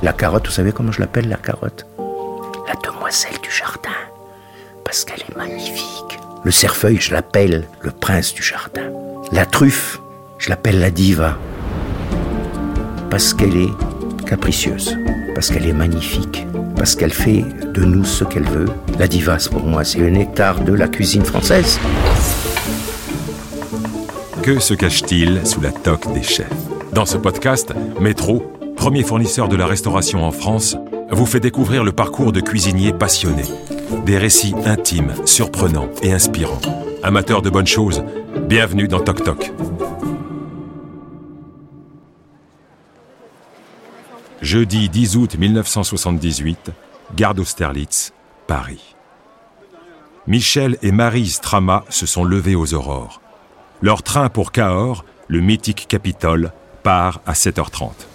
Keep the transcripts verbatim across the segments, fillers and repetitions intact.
La carotte, vous savez comment je l'appelle, la carotte ? La demoiselle du jardin, parce qu'elle est magnifique. Le cerfeuil, je l'appelle le prince du jardin. La truffe, je l'appelle la diva, parce qu'elle est capricieuse, parce qu'elle est magnifique, parce qu'elle fait de nous ce qu'elle veut. La diva, pour moi, c'est le nectar de la cuisine française. Que se cache-t-il sous la toque des chefs ? Dans ce podcast, Métro, premier fournisseur de la restauration en France, vous fait découvrir le parcours de cuisiniers passionnés. Des récits intimes, surprenants et inspirants. Amateurs de bonnes choses, bienvenue dans Toc Toc. Jeudi dix août mille neuf cent soixante-dix-huit, gare d'Austerlitz, Paris. Michel et Maryse Trama se sont levés aux aurores. Leur train pour Cahors, le mythique Capitole, part à sept heures trente.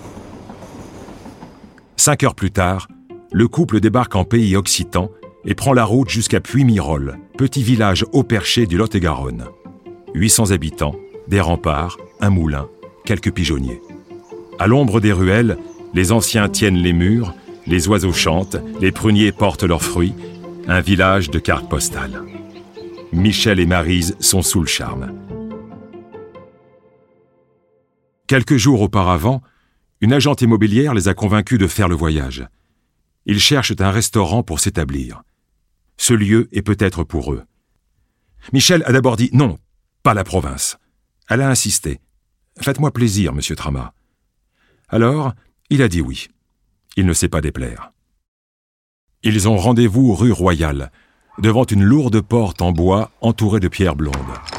Cinq heures plus tard, le couple débarque en pays occitan et prend la route jusqu'à Puymirol, petit village haut perché du Lot-et-Garonne. huit cents habitants, des remparts, un moulin, quelques pigeonniers. À l'ombre des ruelles, les anciens tiennent les murs, les oiseaux chantent, les pruniers portent leurs fruits, un village de cartes postales. Michel et Maryse sont sous le charme. Quelques jours auparavant, une agente immobilière les a convaincus de faire le voyage. Ils cherchent un restaurant pour s'établir. Ce lieu est peut-être pour eux. Michel a d'abord dit non, pas la province. Elle a insisté. « Faites-moi plaisir, monsieur Trama. » Alors, il a dit oui. Il ne sait pas déplaire. Ils ont rendez-vous rue Royale, devant une lourde porte en bois entourée de pierres blondes.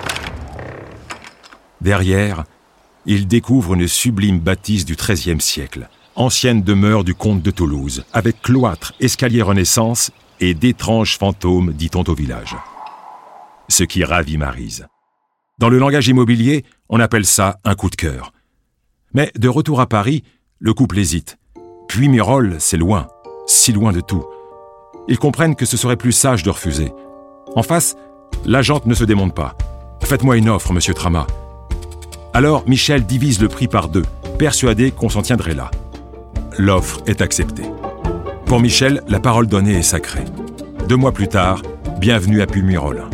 Derrière, ils découvrent une sublime bâtisse du treizième siècle, ancienne demeure du comte de Toulouse, avec cloître, escalier Renaissance et d'étranges fantômes, dit-on au village. Ce qui ravit Maryse. Dans le langage immobilier, on appelle ça un coup de cœur. Mais de retour à Paris, le couple hésite. Puymirol, c'est loin, si loin de tout. Ils comprennent que ce serait plus sage de refuser. En face, l'agente ne se démonte pas. « Faites-moi une offre, monsieur Trama. » Alors Michel divise le prix par deux, persuadé qu'on s'en tiendrait là. L'offre est acceptée. Pour Michel, la parole donnée est sacrée. Deux mois plus tard, bienvenue à Puymirol.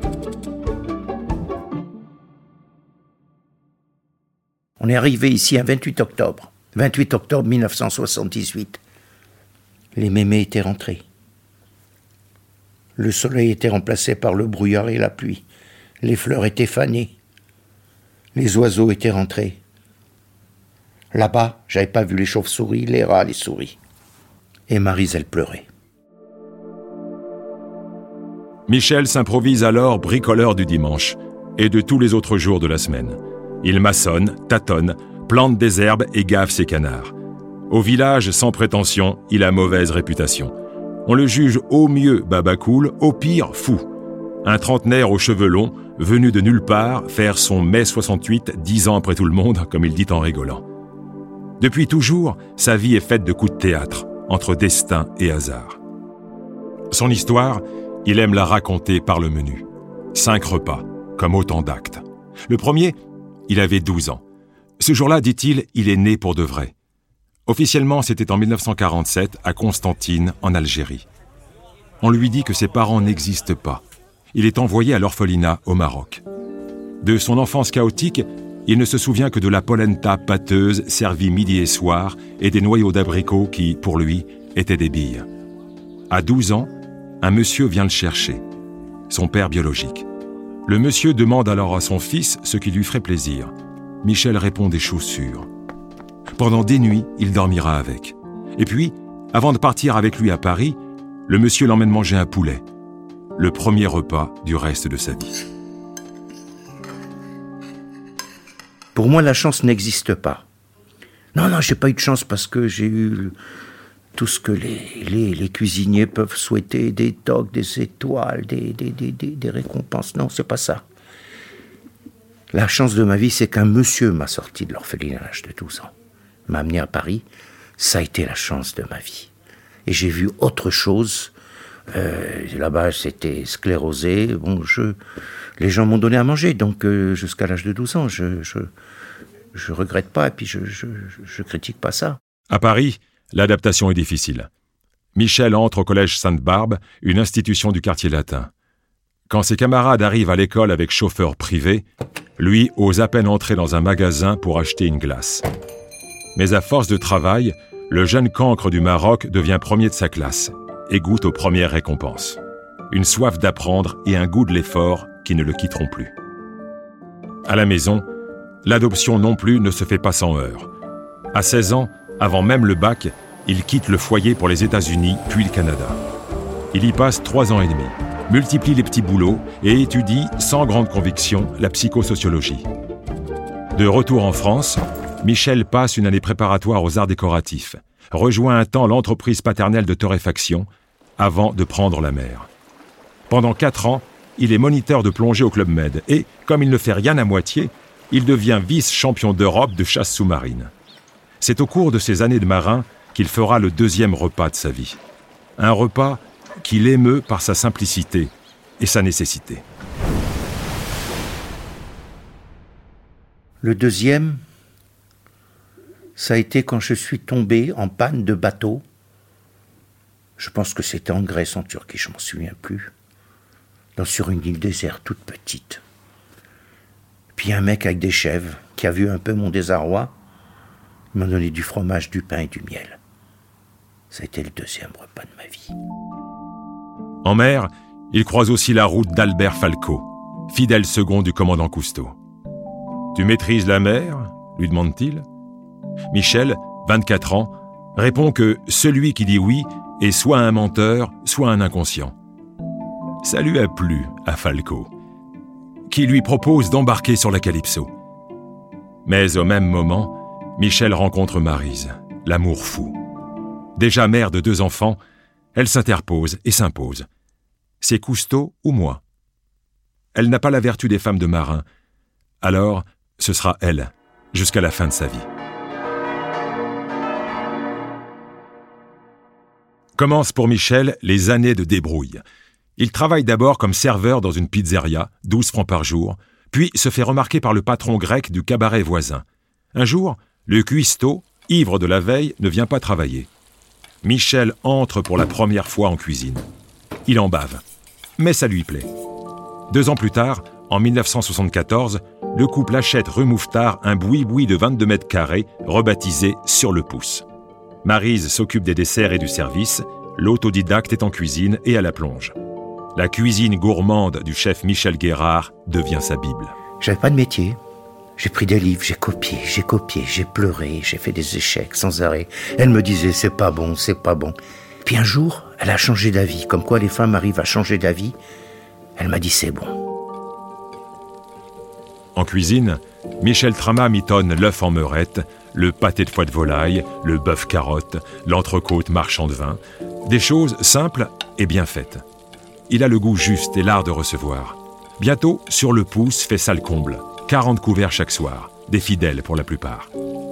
On est arrivé ici un vingt-huit octobre. vingt-huit octobre mille neuf cent soixante-dix-huit. Les mémés étaient rentrés. Le soleil était remplacé par le brouillard et la pluie. Les fleurs étaient fanées. Les oiseaux étaient rentrés. Là-bas, j'avais pas vu les chauves-souris, les rats, les souris. Et Maryse, elle pleurait. Michel s'improvise alors bricoleur du dimanche et de tous les autres jours de la semaine. Il maçonne, tâtonne, plante des herbes et gave ses canards. Au village, sans prétention, il a mauvaise réputation. On le juge au mieux babacool, au pire fou. Un trentenaire aux cheveux longs, venu de nulle part faire son mai soixante-huit, dix ans après tout le monde, comme il dit en rigolant. Depuis toujours, sa vie est faite de coups de théâtre, entre destin et hasard. Son histoire, il aime la raconter par le menu. Cinq repas, comme autant d'actes. Le premier, il avait douze ans. Ce jour-là, dit-il, il est né pour de vrai. Officiellement, c'était en mille neuf cent quarante-sept, à Constantine, en Algérie. On lui dit que ses parents n'existent pas. Il est envoyé à l'orphelinat au Maroc. De son enfance chaotique, il ne se souvient que de la polenta pâteuse servie midi et soir et des noyaux d'abricots qui, pour lui, étaient des billes. À douze ans, un monsieur vient le chercher, son père biologique. Le monsieur demande alors à son fils ce qui lui ferait plaisir. Michel répond des chaussures. Pendant des nuits, il dormira avec. Et puis, avant de partir avec lui à Paris, le monsieur l'emmène manger un poulet. Le premier repas du reste de sa vie. Pour moi, la chance n'existe pas. Non, non, j'ai pas eu de chance parce que j'ai eu tout ce que les, les, les cuisiniers peuvent souhaiter, des toques, des étoiles, des, des, des, des, des récompenses. Non, c'est pas ça. La chance de ma vie, c'est qu'un monsieur m'a sorti de l'orphelinat à l'âge de douze ans. M'a amené à Paris. Ça a été la chance de ma vie. Et j'ai vu autre chose. Euh, là-bas, c'était sclérosé. Bon, je, les gens m'ont donné à manger, donc euh, jusqu'à l'âge de douze ans, je, je, je regrette pas, et puis je, je, je critique pas ça. À Paris, L'adaptation est difficile. Michel entre au collège Sainte-Barbe, une institution du quartier latin. Quand ses camarades arrivent à l'école avec chauffeur privé, lui ose à peine entrer dans un magasin pour acheter une glace. Mais à force de travail, le jeune cancre du Maroc devient premier de sa classe et goûte aux premières récompenses. Une soif d'apprendre et un goût de l'effort qui ne le quitteront plus. À la maison, l'adoption non plus ne se fait pas sans heurts. À seize ans, avant même le bac, il quitte le foyer pour les États-Unis, puis le Canada. Il y passe trois ans et demi, multiplie les petits boulots et étudie, sans grande conviction, la psychosociologie. De retour en France, Michel passe une année préparatoire aux arts décoratifs, rejoint un temps l'entreprise paternelle de torréfaction, avant de prendre la mer. Pendant quatre ans, il est moniteur de plongée au Club Med et, comme il ne fait rien à moitié, il devient vice-champion d'Europe de chasse sous-marine. C'est au cours de ces années de marin qu'il fera le deuxième repas de sa vie. Un repas qui l'émeut par sa simplicité et sa nécessité. Le deuxième, ça a été quand je suis tombé en panne de bateau. Je pense que c'était en Grèce, en Turquie, je m'en souviens plus. Dans, sur une île déserte toute petite. Puis un mec avec des chèvres qui a vu un peu mon désarroi, il m'a donné du fromage, du pain et du miel. Ça a été le deuxième repas de ma vie. En mer, il croise aussi la route d'Albert Falco, fidèle second du commandant Cousteau. « Tu maîtrises la mer ?» lui demande-t-il. Michel, vingt-quatre ans, répond que celui qui dit oui est soit un menteur, soit un inconscient. Ça lui a plu à Falco, qui lui propose d'embarquer sur la Calypso. Mais au même moment, Michel rencontre Maryse, l'amour fou. Déjà mère de deux enfants, elle s'interpose et s'impose. C'est Cousteau ou moi? Elle n'a pas la vertu des femmes de marin. Alors, ce sera elle, jusqu'à la fin de sa vie. Commencent pour Michel les années de débrouille. Il travaille d'abord comme serveur dans une pizzeria, douze francs par jour, puis se fait remarquer par le patron grec du cabaret voisin. Un jour, le cuistot, ivre de la veille, ne vient pas travailler. Michel entre pour la première fois en cuisine. Il en bave, mais ça lui plaît. Deux ans plus tard, en mille neuf cent soixante-quatorze, le couple achète rue Mouffetard un boui-boui de vingt-deux mètres carrés, rebaptisé Sur le pouce. Maryse s'occupe des desserts et du service, l'autodidacte est en cuisine et à la plonge. La cuisine gourmande du chef Michel Guérard devient sa Bible. J'avais pas de métier. J'ai pris des livres, j'ai copié, j'ai copié, j'ai pleuré, j'ai fait des échecs sans arrêt. Elle me disait, c'est pas bon, c'est pas bon. Puis un jour, elle a changé d'avis. Comme quoi les femmes arrivent à changer d'avis. Elle m'a dit, c'est bon. En cuisine, Michel Trama mitonne l'œuf en meurette, le pâté de foie de volaille, le bœuf carotte, l'entrecôte marchand de vin. Des choses simples et bien faites. Il a le goût juste et l'art de recevoir. Bientôt, Sur le pouce fait salle comble. quarante couverts chaque soir, des fidèles pour la plupart.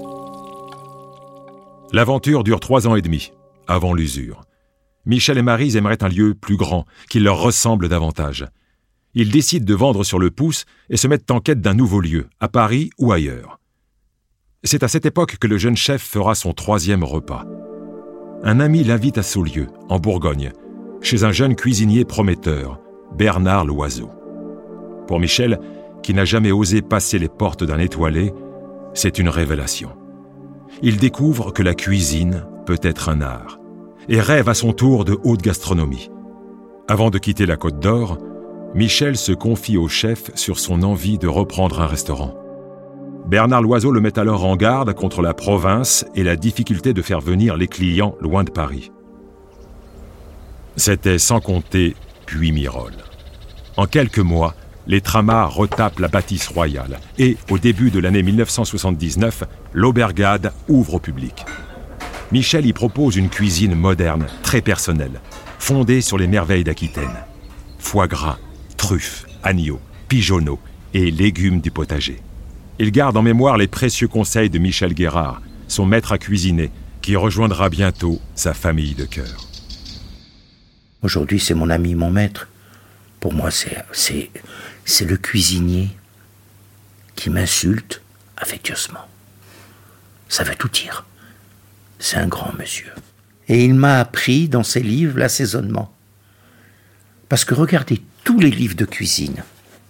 L'aventure dure trois ans et demi, avant l'usure. Michel et Maryse aimeraient un lieu plus grand, qui leur ressemble davantage. Ils décident de vendre Sur le pouce et se mettent en quête d'un nouveau lieu, à Paris ou ailleurs. C'est à cette époque que le jeune chef fera son troisième repas. Un ami l'invite à Saulieu, en Bourgogne, chez un jeune cuisinier prometteur, Bernard Loiseau. Pour Michel, qui n'a jamais osé passer les portes d'un étoilé, c'est une révélation. Il découvre que la cuisine peut être un art, et rêve à son tour de haute gastronomie. Avant de quitter la Côte d'Or, Michel se confie au chef sur son envie de reprendre un restaurant. Bernard Loiseau le met alors en garde contre la province et la difficulté de faire venir les clients loin de Paris. C'était sans compter Puy-Mirol. En quelques mois, les Trama retapent la bâtisse royale et, au début de l'année mille neuf cent soixante-dix-neuf, l'Aubergade ouvre au public. Michel y propose une cuisine moderne, très personnelle, fondée sur les merveilles d'Aquitaine. Foie gras, truffes, agneaux, pigeonneaux et légumes du potager. Il garde en mémoire les précieux conseils de Michel Guérard, son maître à cuisiner, qui rejoindra bientôt sa famille de cœur. Aujourd'hui, c'est mon ami, mon maître. Pour moi, c'est, c'est, c'est le cuisinier qui m'insulte affectueusement. Ça veut tout dire. c'est un grand monsieur. Et il m'a appris dans ses livres l'assaisonnement. Parce que regardez tous les livres de cuisine.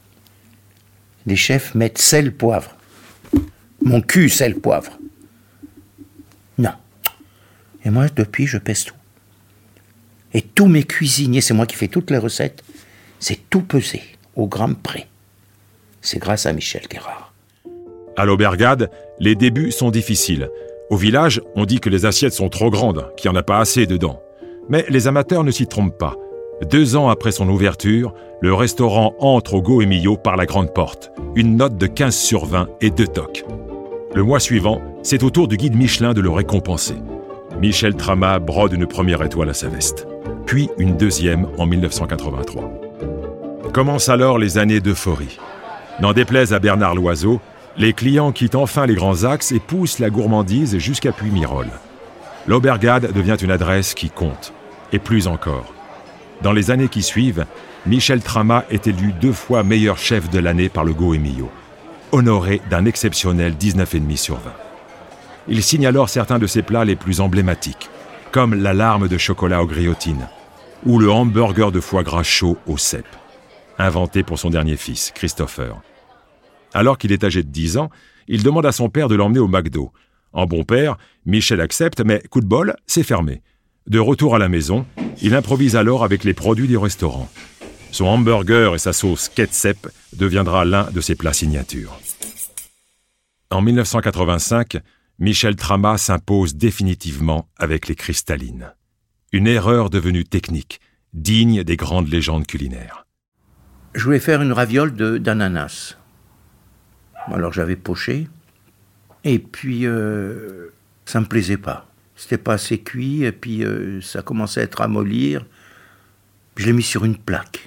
Les chefs mettent sel, poivre. Mon cul, sel, poivre. Non. Et moi, depuis, je pèse tout. Et tous mes cuisiniers, c'est moi qui fais toutes les recettes, c'est tout pesé, au gramme près. C'est grâce à Michel Guérard. À l'Aubergade, les débuts sont difficiles. Au village, on dit que les assiettes sont trop grandes, qu'il n'y en a pas assez dedans. Mais les amateurs ne s'y trompent pas. Deux ans après son ouverture, le restaurant entre au Goemio par la grande porte. Une note de quinze sur vingt et deux toques. Le mois suivant, c'est au tour du guide Michelin de le récompenser. Michel Trama brode une première étoile à sa veste. Puis une deuxième en mille neuf cent quatre-vingt-trois. Commencent alors les années d'euphorie. N'en déplaise à Bernard Loiseau, les clients quittent enfin les grands axes et poussent la gourmandise jusqu'à Puymirol. L'Aubergade devient une adresse qui compte, et plus encore. Dans les années qui suivent, Michel Trama est élu deux fois meilleur chef de l'année par le Goemio, honoré d'un exceptionnel dix-neuf virgule cinq sur vingt. Il signe alors certains de ses plats les plus emblématiques, comme la larme de chocolat aux griotines, ou le hamburger de foie gras chaud au cèpe, inventé pour son dernier fils, Christopher. Alors qu'il est âgé de dix ans, il demande à son père de l'emmener au McDo. En bon père, Michel accepte, mais coup de bol, c'est fermé. De retour à la maison, il improvise alors avec les produits du restaurant. Son hamburger et sa sauce ketchup deviendra l'un de ses plats signatures. En mille neuf cent quatre-vingt-cinq, Michel Trama s'impose définitivement avec les cristallines. Une erreur devenue technique, digne des grandes légendes culinaires. Je voulais faire une raviole de, d'ananas. Alors j'avais poché, et puis euh, ça me plaisait pas. C'était pas assez cuit, et puis euh, ça commençait à être à mollir. Je l'ai mis sur une plaque.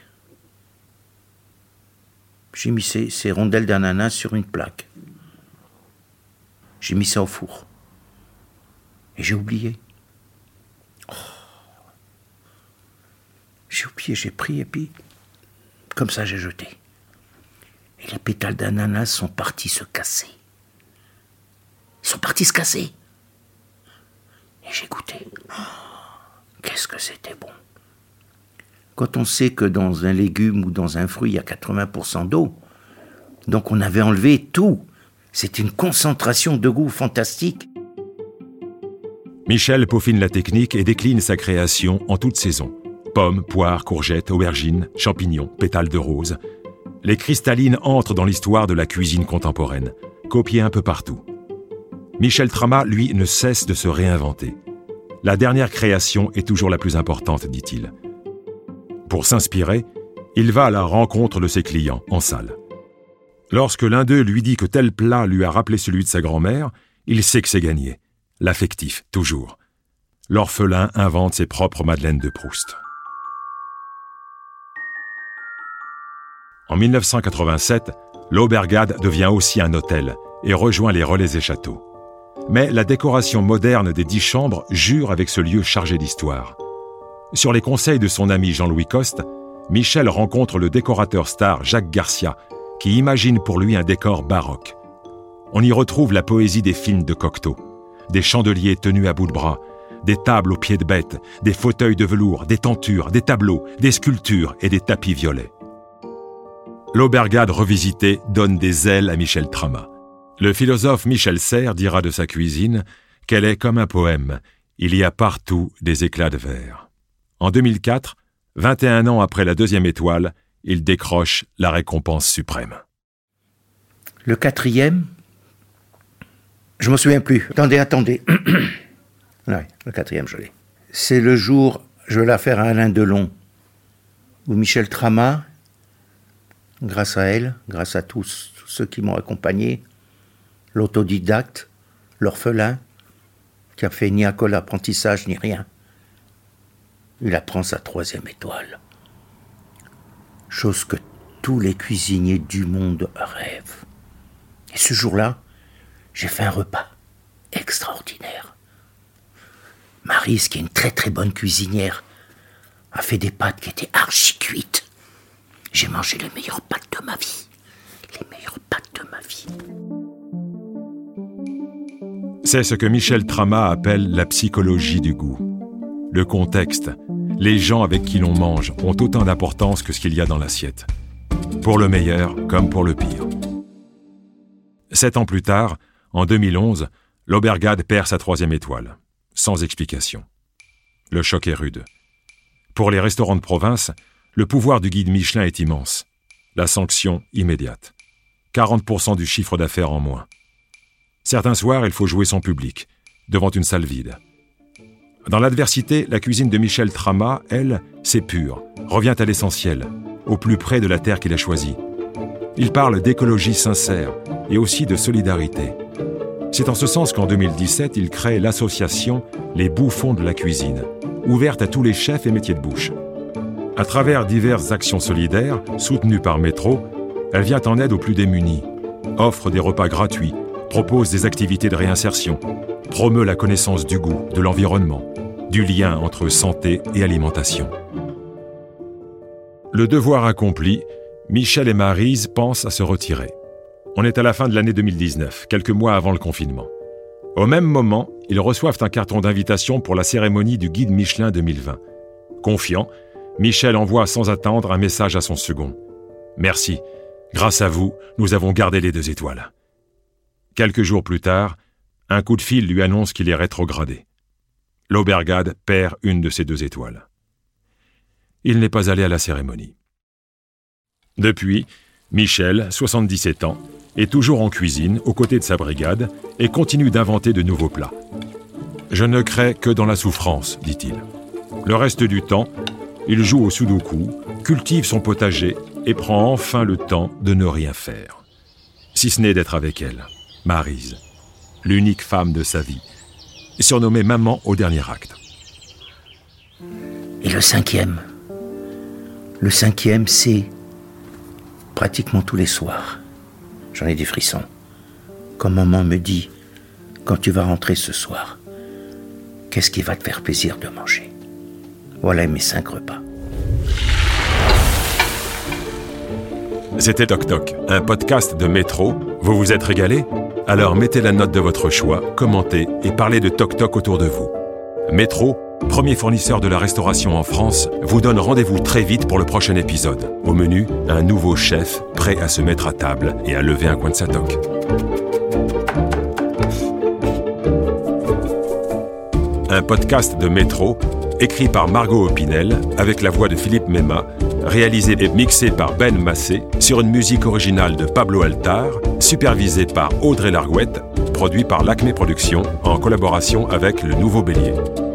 J'ai mis ces, ces rondelles d'ananas sur une plaque. J'ai mis ça au four. Et j'ai oublié. Oh. J'ai oublié, j'ai pris, et puis, comme ça, j'ai jeté. Et les pétales d'ananas sont partis se casser. Ils sont partis se casser. Et j'ai goûté. Oh, qu'est-ce que c'était bon. Quand on sait que dans un légume ou dans un fruit, il y a quatre-vingts pour cent d'eau, donc on avait enlevé tout. C'est une concentration de goût fantastique. Michel peaufine la technique et décline sa création en toute saison. Pommes, poires, courgettes, aubergines, champignons, pétales de rose. Les cristallines entrent dans l'histoire de la cuisine contemporaine, copiées un peu partout. Michel Trama, lui, ne cesse de se réinventer. La dernière création est toujours la plus importante, dit-il. Pour s'inspirer, il va à la rencontre de ses clients en salle. Lorsque l'un d'eux lui dit que tel plat lui a rappelé celui de sa grand-mère, il sait que c'est gagné. L'affectif, toujours. L'orphelin invente ses propres madeleines de Proust. En mille neuf cent quatre-vingt-sept, l'Aubergade devient aussi un hôtel et rejoint les Relais et Châteaux. Mais la décoration moderne des dix chambres jure avec ce lieu chargé d'histoire. Sur les conseils de son ami Jean-Louis Coste, Michel rencontre le décorateur star Jacques Garcia, qui imagine pour lui un décor baroque. On y retrouve la poésie des films de Cocteau, des chandeliers tenus à bout de bras, des tables aux pieds de bête, des fauteuils de velours, des tentures, des tableaux, des sculptures et des tapis violets. L'Aubergade revisitée donne des ailes à Michel Trama. Le philosophe Michel Serres dira de sa cuisine qu'elle est comme un poème. Il y a partout des éclats de verre. En deux mille quatre, vingt et un ans après la deuxième étoile, il décroche la récompense suprême. Le quatrième, je me souviens plus. Attendez, attendez. Oui, le quatrième, je l'ai. C'est le jour, je vais la faire à Alain Delon, où Michel Trama, grâce à elle, grâce à tous, tous ceux qui m'ont accompagné, l'autodidacte, l'orphelin, qui a fait ni école d'apprentissage ni rien, il apprend sa troisième étoile. Chose que tous les cuisiniers du monde rêvent. Et ce jour-là, j'ai fait un repas extraordinaire. Maryse, qui est une très très bonne cuisinière, a fait des pâtes qui étaient archi cuites. J'ai mangé les meilleures pâtes de ma vie. Les meilleures pâtes de ma vie. C'est ce que Michel Trama appelle la psychologie du goût. Le contexte, les gens avec qui l'on mange ont autant d'importance que ce qu'il y a dans l'assiette. Pour le meilleur comme pour le pire. Sept ans plus tard, en deux mille onze, l'Aubergade perd sa troisième étoile, sans explication. Le choc est rude. Pour les restaurants de province, le pouvoir du guide Michelin est immense. La sanction immédiate. quarante pour cent du chiffre d'affaires en moins. Certains soirs, il faut jouer son public, devant une salle vide. Dans l'adversité, la cuisine de Michel Trama, elle, c'est pur, revient à l'essentiel, au plus près de la terre qu'il a choisie. Il parle d'écologie sincère et aussi de solidarité. C'est en ce sens qu'en deux mille dix-sept, il crée l'association Les Bouffons de la Cuisine, ouverte à tous les chefs et métiers de bouche. À travers diverses actions solidaires, soutenues par Métro, elle vient en aide aux plus démunis, offre des repas gratuits, propose des activités de réinsertion, promeut la connaissance du goût, de l'environnement, du lien entre santé et alimentation. Le devoir accompli, Michel et Maryse pensent à se retirer. On est à la fin de l'année deux mille dix-neuf, quelques mois avant le confinement. Au même moment, ils reçoivent un carton d'invitation pour la cérémonie du guide Michelin deux mille vingt. Confiant, Michel envoie sans attendre un message à son second. « Merci, grâce à vous, nous avons gardé les deux étoiles. » Quelques jours plus tard, un coup de fil lui annonce qu'il est rétrogradé. L'Aubergade perd une de ses deux étoiles. Il n'est pas allé à la cérémonie. Depuis, Michel, soixante-dix-sept ans, est toujours en cuisine aux côtés de sa brigade et continue d'inventer de nouveaux plats. « Je ne crée que dans la souffrance », dit-il. Le reste du temps, il joue au sudoku, cultive son potager et prend enfin le temps de ne rien faire. Si ce n'est d'être avec elle, Maryse, l'unique femme de sa vie, surnommée maman au dernier acte. Et le cinquième Le cinquième, c'est pratiquement tous les soirs. J'en ai des frissons. Quand maman me dit, quand tu vas rentrer ce soir, qu'est-ce qui va te faire plaisir de manger ? Voilà mes cinq repas. C'était Toc Toc, un podcast de Métro. Vous vous êtes régalé ? Alors mettez la note de votre choix, commentez et parlez de Toc Toc autour de vous. Métro, premier fournisseur de la restauration en France, vous donne rendez-vous très vite pour le prochain épisode. Au menu, un nouveau chef prêt à se mettre à table et à lever un coin de sa toque. Un podcast de Métro, écrit par Margot Opinel, avec la voix de Philippe Mema, réalisé et mixé par Ben Massé, sur une musique originale de Pablo Altar, supervisé par Audrey Largouette, produit par l'Acme Productions, en collaboration avec Le Nouveau Bélier.